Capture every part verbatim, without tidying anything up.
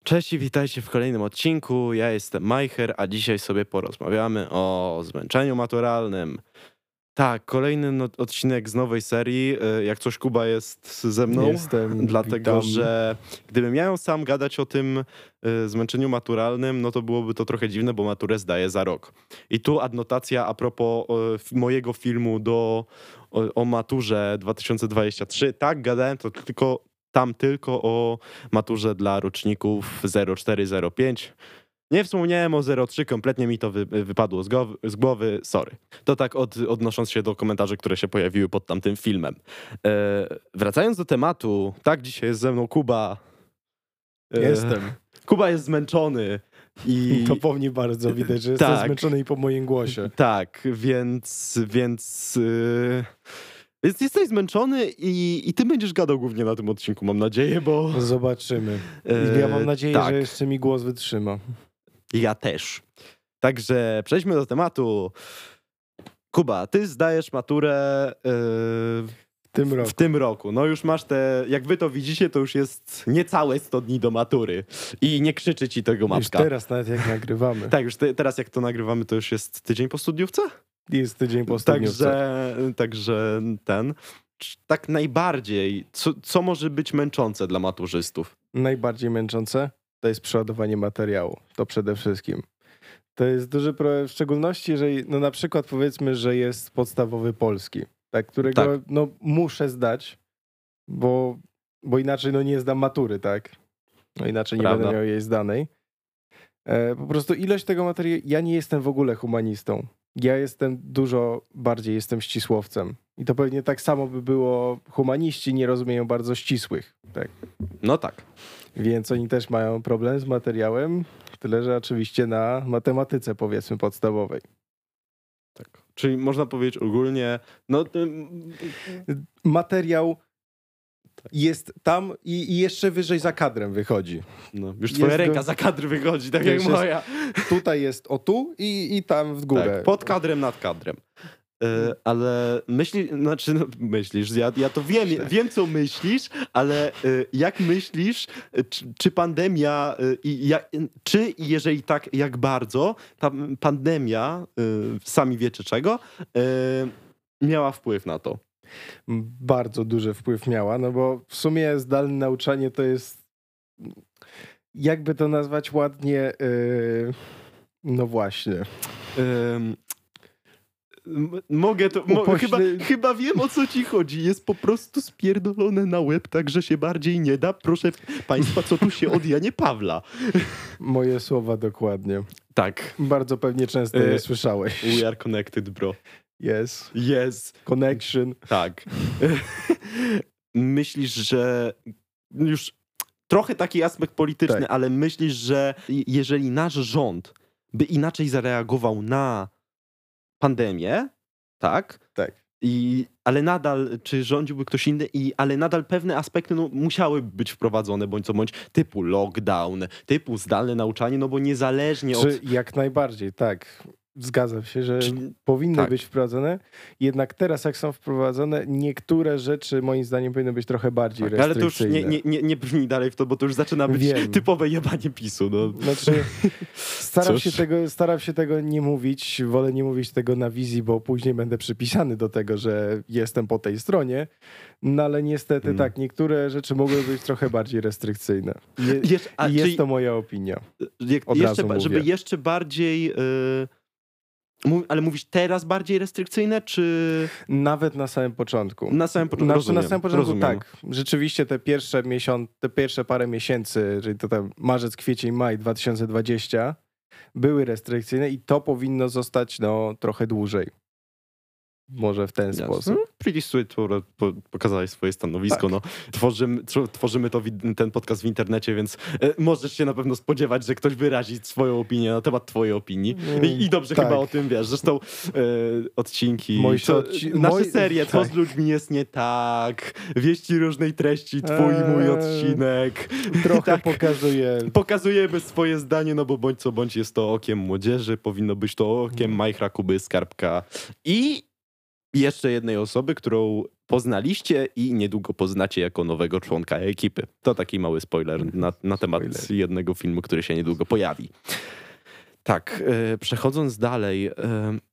Cześć i witajcie w kolejnym odcinku. Ja jestem Majcher, a dzisiaj sobie porozmawiamy o zmęczeniu maturalnym. Tak, kolejny no- odcinek z nowej serii. Y, Jak coś, Kuba jest ze mną, Jestem, dlatego witam. że gdybym miał sam gadać o tym y, zmęczeniu maturalnym, no to byłoby to trochę dziwne, bo maturę zdaję za rok. I tu adnotacja a propos y, f- mojego filmu do, o, o maturze dwa tysiące dwudziestym trzecim. Tak, gadałem to tylko tam tylko o maturze dla roczników zero cztery zero pięć. Nie wspomniałem o zero trzy, kompletnie mi to wy, wypadło z głowy, z głowy, sorry. To tak od, odnosząc się do komentarzy, które się pojawiły pod tamtym filmem. E, wracając do tematu, tak, dzisiaj jest ze mną Kuba. E, Jestem. Kuba jest zmęczony. I To po mnie bardzo widać, że jestem Tak. zmęczony i po moim głosie. tak, więc, więc, yy, więc jesteś zmęczony i, i ty będziesz gadał głównie na tym odcinku, mam nadzieję, bo Zobaczymy. e, Ja mam nadzieję, tak. że jeszcze mi głos wytrzyma. Ja też. Także przejdźmy do tematu. Kuba, ty zdajesz maturę yy, W tym roku. w tym roku. No już masz te, jak wy to widzicie, to już jest niecałe sto dni do matury. I nie krzyczy ci tego Już matka. teraz nawet jak nagrywamy. Tak, już te, teraz jak to nagrywamy, to już jest tydzień po studiówce? Jest tydzień po studniówce. Także, także ten... Tak najbardziej, co, co może być męczące dla maturzystów? Najbardziej męczące to jest przeładowanie materiału. To przede wszystkim. To jest duży problem, w szczególności jeżeli, no na przykład powiedzmy, że jest podstawowy polski, tak, którego Tak. no muszę zdać, bo, bo inaczej no nie zdam matury, tak? No inaczej nie Prawda. będę miał jej zdanej. E, po prostu ilość tego materiału, ja nie jestem w ogóle humanistą. Ja jestem dużo bardziej, jestem ścisłowcem. I to pewnie tak samo by było, humaniści nie rozumieją bardzo ścisłych, tak? No tak. Więc oni też mają problem z materiałem, tyle że oczywiście na matematyce powiedzmy podstawowej. tak. Czyli można powiedzieć ogólnie, no tym, Materiał jest tam i, i jeszcze wyżej za kadrem wychodzi. no, już twoja Jest ręka go- za kadry wychodzi, tak Wiesz, jak jest- moja. Tutaj jest o tu i, i tam w górę. Tak, pod kadrem, nad kadrem. E, ale myślisz, znaczy no, myślisz, ja, ja to wiem, wiem co myślisz, ale e, jak myślisz, e, czy, czy pandemia, e, i jak, czy i jeżeli tak, jak bardzo ta pandemia, e, sami wiecie czego, e, miała wpływ na to? Bardzo duży wpływ miała, no bo w sumie zdalne nauczanie to jest, jakby to nazwać ładnie, yy, no właśnie. Ym, m- mogę to. Mo, Upośle- chyba, chyba wiem o co ci chodzi. Jest po prostu spierdolone na łeb, tak że się bardziej nie da. Proszę państwa, co tu się od Janie Pawla. Moje słowa dokładnie. Tak. Bardzo pewnie często E, je słyszałeś. We are connected, bro. Yes. Yes. Connection. Tak. Myślisz, że już trochę taki aspekt polityczny, Tak. ale myślisz, że jeżeli nasz rząd by inaczej zareagował na pandemię, tak? Tak. I, ale nadal, czy rządziłby ktoś inny, i, ale nadal pewne aspekty no, musiały być wprowadzone, bądź co bądź, typu lockdown, typu zdalne nauczanie, no bo niezależnie Czy od... jak najbardziej, tak. Zgadzam się, że Czy- powinny tak. być wprowadzone. Jednak teraz, jak są wprowadzone, niektóre rzeczy moim zdaniem powinny być trochę bardziej Tak, ale to już restrykcyjne. nie, nie, nie, nie brnij dalej w to, bo to już zaczyna być Wiem. typowe jebanie PiSu. No. Znaczy, staram Cóż. się, tego, staram się tego nie mówić, wolę nie mówić tego na wizji, bo później będę przypisany do tego, że jestem po tej stronie, no ale niestety Mm. tak, niektóre rzeczy mogły być trochę bardziej restrykcyjne. Je, Jesz, a, i jest czyli, to moja opinia. jak, od jeszcze, razu ba- żeby mówię. jeszcze bardziej... Yy, mów, ale mówisz teraz bardziej restrykcyjne, czy Nawet na samym początku. na samym początku? Znaczy, Rozumiem, na samym początku rozumiem. tak. Rzeczywiście te pierwsze miesiące, te pierwsze parę miesięcy, czyli to tam marzec, kwiecień, maj dwa tysiące dwudziesty, były restrykcyjne i to powinno zostać no trochę dłużej. Może w ten Jasne. sposób. Pretty sweet, po, po, pokazałeś swoje stanowisko. Tak. No. Tworzymy, tw- tworzymy to, wi- ten podcast w internecie, więc e, możesz się na pewno spodziewać, że ktoś wyrazi swoją opinię na temat twojej opinii. I, i dobrze tak. chyba o tym wiesz. Zresztą e, odcinki, Moi co, odci- nasze moi- serie, co tak. z ludźmi jest nie tak, wieści różnej treści, twój i mój Eee, odcinek. Trochę Tak. pokazuje. Pokazujemy swoje zdanie, no bo bądź co bądź jest to okiem młodzieży, powinno być to okiem Majchra, Kuby, Skarbka i jeszcze jednej osoby, którą poznaliście i niedługo poznacie jako nowego członka ekipy. To taki mały spoiler na, na temat Spoiler. jednego filmu, który się niedługo pojawi. Tak, e, przechodząc dalej, e,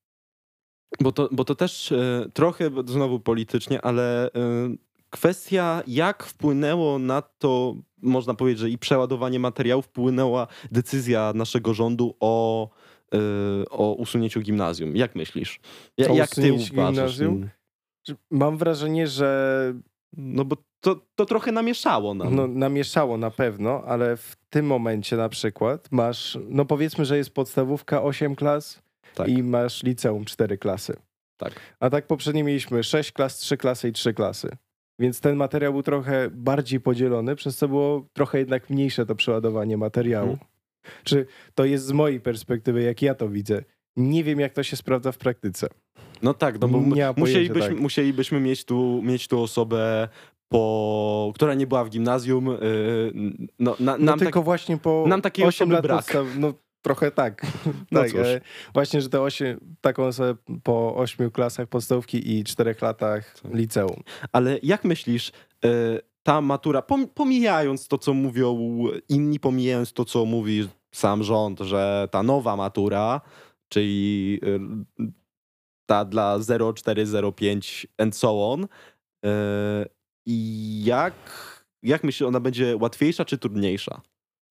bo, to, bo to też e, trochę znowu politycznie, ale e, kwestia jak wpłynęło na to, można powiedzieć, że i przeładowanie materiałów, wpłynęła decyzja naszego rządu o, e, o usunięciu gimnazjum. Jak myślisz? Ja, O jak ty usunięciu uważasz? gimnazjum? Mam wrażenie, że No bo to, to trochę namieszało nam. no, namieszało na pewno, ale w tym momencie na przykład masz, no powiedzmy, że jest podstawówka osiem klas Tak. i masz liceum cztery klasy. Tak. A tak poprzednio mieliśmy sześć klas, trzy klasy i trzy klasy. Więc ten materiał był trochę bardziej podzielony, przez co było trochę jednak mniejsze to przeładowanie materiału. Mhm. Czy to jest z mojej perspektywy, jak ja to widzę. Nie wiem, jak to się sprawdza w praktyce. No tak, no bo Nie ma pojęcia, musielibyśmy, tak. musielibyśmy mieć tu, mieć tu osobę, po, która nie była w gimnazjum. Yy, no, na, No nam tylko tak, właśnie po nam takiej osiem osoby lat brak. podstaw, no trochę tak. No tak cóż. ale właśnie, że te osiem, taką osobę po ośmiu klasach podstawówki i czterech latach Tak. liceum. Ale jak myślisz, yy, ta matura, pom, pomijając to, co mówią inni, pomijając to, co mówi sam rząd, że ta nowa matura, czyli yy, ta dla zero cztery zero pięć and so on, yy, i jak, jak myślisz, ona będzie łatwiejsza czy trudniejsza?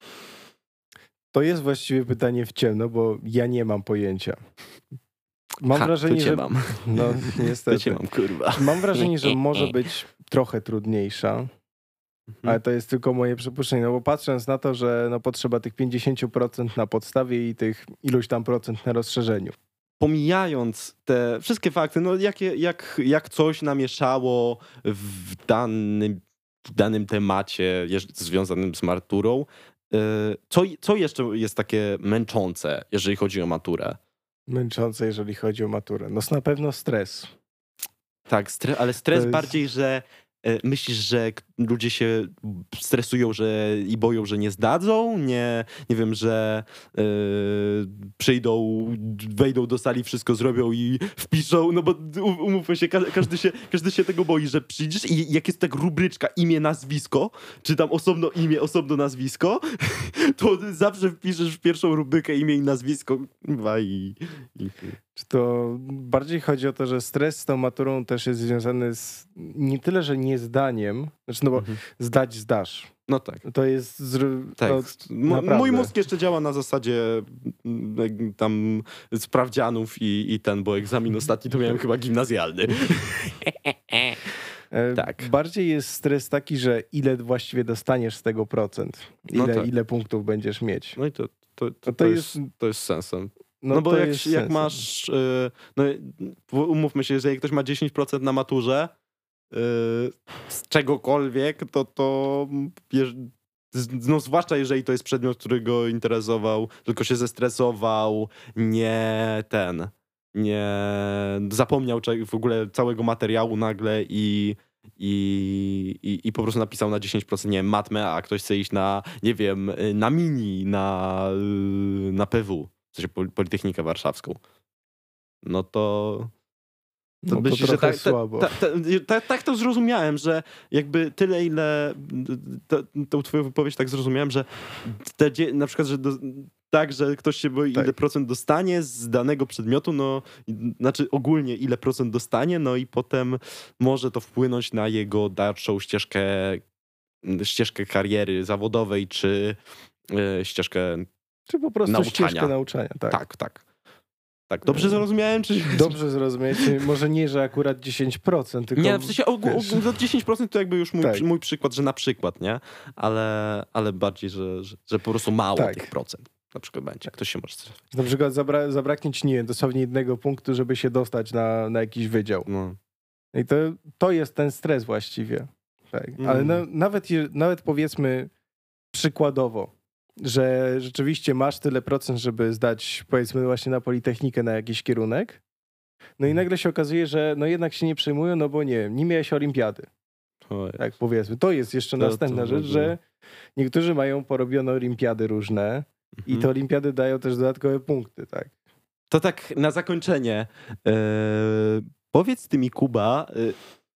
To jest właściwie pytanie w ciemno, bo ja nie mam pojęcia. Mam ha, wrażenie, to cię że... mam. No To niestety. cię mam, kurwa. Mam wrażenie, że może być trochę trudniejsza, Mhm. ale to jest tylko moje przypuszczenie, no bo patrząc na to, że no potrzeba tych pięćdziesiąt procent na podstawie i tych iluś tam procent na rozszerzeniu. Pomijając te wszystkie fakty, no jakie, jak, jak coś namieszało w danym, w danym temacie jeż- związanym z maturą, yy, co, co jeszcze jest takie męczące, jeżeli chodzi o maturę? Męczące, jeżeli chodzi o maturę. No na pewno stres. Tak, stre- ale stres To jest- bardziej, że e, myślisz, że k- ludzie się stresują że i boją, że nie zdadzą? Nie, nie wiem, że e, przyjdą, wejdą do sali, wszystko zrobią i wpiszą, no bo u- umówmy się, ka- każdy się, każdy się tego boi, że przyjdziesz i jak jest tak rubryczka imię, nazwisko, czy tam osobno imię, osobno nazwisko, to zawsze wpiszesz w pierwszą rubrykę imię i nazwisko kurwa, i, i Czy to bardziej chodzi o to, że stres z tą maturą też jest związany z nie tyle, że nie zdaniem, znaczy no bo Mhm. zdać zdasz. No tak. To jest zr... Tak. no, M- naprawdę. mój mózg jeszcze działa na zasadzie mm, jak tam sprawdzianów i, i ten, bo egzamin ostatni to miałem chyba gimnazjalny. e, tak. Bardziej jest stres taki, że ile właściwie dostaniesz z tego procent. No Ile, tak. ile punktów będziesz mieć. No i to, to, to, No to, to jest, jest- to jest sensem. No, No, bo to jak, jest jak sensem. masz, y, no umówmy się, że jak ktoś ma dziesięć procent na maturze y, z czegokolwiek, to to jeż- z- no zwłaszcza jeżeli to jest przedmiot, który go interesował, tylko się zestresował, nie ten, nie zapomniał cze- w ogóle całego materiału nagle i i, i, i po prostu napisał na dziesięć procent, nie wiem, matmę, a ktoś chce iść na, nie wiem, na mini, na, na P W, w sensie Pol- Politechnikę Warszawską. No to... No to myślę, że trochę tak, ta- słabo. ta- ta- ta- tak to zrozumiałem, że jakby tyle, ile ta- tą twoją wypowiedź tak zrozumiałem, że te, dzie- na przykład, że do, tak, że ktoś się boi, Tak. ile procent dostanie z danego przedmiotu, no i- znaczy ogólnie ile procent dostanie, no i potem może to wpłynąć na jego dalszą ścieżkę, ścieżkę kariery zawodowej, czy e, ścieżkę... Czy po prostu nauczania. ścieżkę nauczania. Tak. Tak, tak. Tak, dobrze zrozumiałem? Czy... Dobrze zrozumieć. Może nie, że akurat dziesięć procent, tylko... Nie, w sensie ogół, wiesz. ogół, za dziesięć procent to jakby już mój, Tak. mój przykład, że na przykład, nie? Ale, ale bardziej, że, że, że po prostu mało Tak. tych procent na przykład będzie. Ktoś się może stresować. Na przykład zabra- zabraknie ci, nie wiem, dosłownie jednego punktu, żeby się dostać na, na jakiś wydział. No. I to, to jest ten stres właściwie. Tak. Ale Mm. na, nawet, je- nawet powiedzmy przykładowo, że rzeczywiście masz tyle procent, żeby zdać powiedzmy właśnie na Politechnikę na jakiś kierunek, no i nagle się okazuje, że no jednak się nie przyjmują, no bo nie, nie miałeś olimpiady. To Tak powiedzmy. To jest jeszcze To- następna to w rzecz, ogóle. że niektórzy mają porobione olimpiady różne i Mhm. te olimpiady dają też dodatkowe punkty, tak. To tak na zakończenie. E, powiedz ty mi, Kuba, e,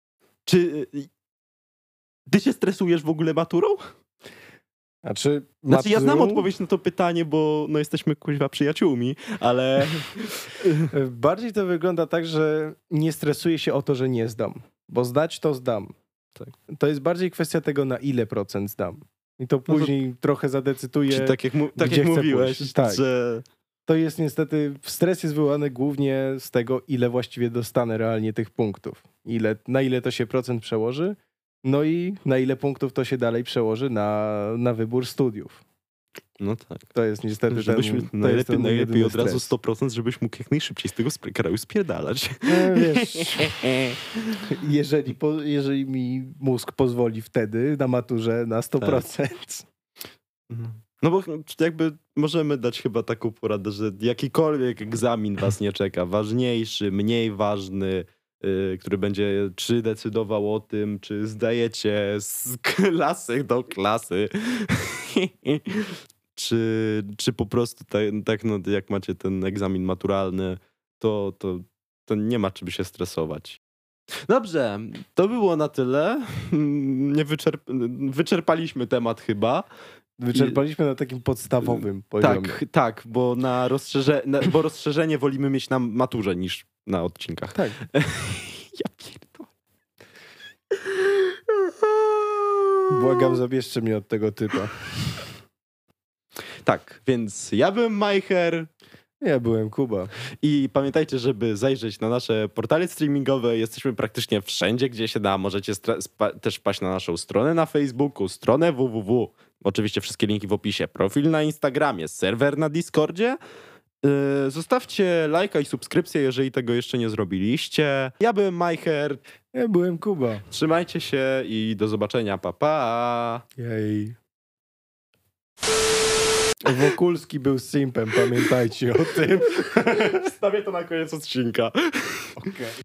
Czy ty się stresujesz w ogóle maturą? Znaczy, Znaczy ja znam maturą- odpowiedź na to pytanie, bo no jesteśmy kuźwa przyjaciółmi, ale... Bardziej to wygląda tak, że nie stresuję się o to, że nie zdam. Bo zdać to zdam. Tak. To jest bardziej kwestia tego, na ile procent zdam. I to to- później trochę zadecyduje. Czy tak jak, mu- tak gdzie jak chcę mówiłeś, pójść. Tak. że... To jest niestety, stres jest wywołany głównie z tego, ile właściwie dostanę realnie tych punktów. Ile, na ile to się procent przełoży, no i na ile punktów to się dalej przełoży na, na wybór studiów. No tak. To jest niestety Żebyśmy, ten, to najlepiej jest ten najlepiej jedyny od razu stres. sto procent, żebyś mógł jak najszybciej z tego sp- kraju spierdalać. E, wiesz, jeżeli, po, jeżeli mi mózg pozwoli wtedy na maturze na sto procent. No bo jakby możemy dać chyba taką poradę, że jakikolwiek egzamin was nie czeka, ważniejszy, mniej ważny, yy, który będzie czy decydował o tym, czy zdajecie z klasy do klasy, czy, czy po prostu tak, tak no, jak macie ten egzamin maturalny, to, to, to nie ma czym się stresować. Dobrze, to było na tyle. Nie wyczerp- wyczerpaliśmy temat chyba. Wyczerpaliśmy na takim podstawowym poziomie. Tak, tak, bo na rozszerze, na, bo rozszerzenie wolimy mieć na maturze niż na odcinkach. Tak. Ja pierdolę. Błagam, zabierzcie mnie od tego typa. Tak, więc ja byłem Majcher Ja byłem Kuba. i pamiętajcie, żeby zajrzeć na nasze portale streamingowe. Jesteśmy praktycznie wszędzie, gdzie się da. Możecie stra- spa- też wpaść na naszą stronę na Facebooku, stronę www. Oczywiście wszystkie linki w opisie. Profil na Instagramie, serwer na Discordzie. Yy, zostawcie lajka i subskrypcję, jeżeli tego jeszcze nie zrobiliście. Ja byłem Majcher. Ja byłem Kuba. Trzymajcie się i do zobaczenia. Pa, pa. Jej. Wokulski był simpem, pamiętajcie o tym. Wstawię to na koniec odcinka. Okay.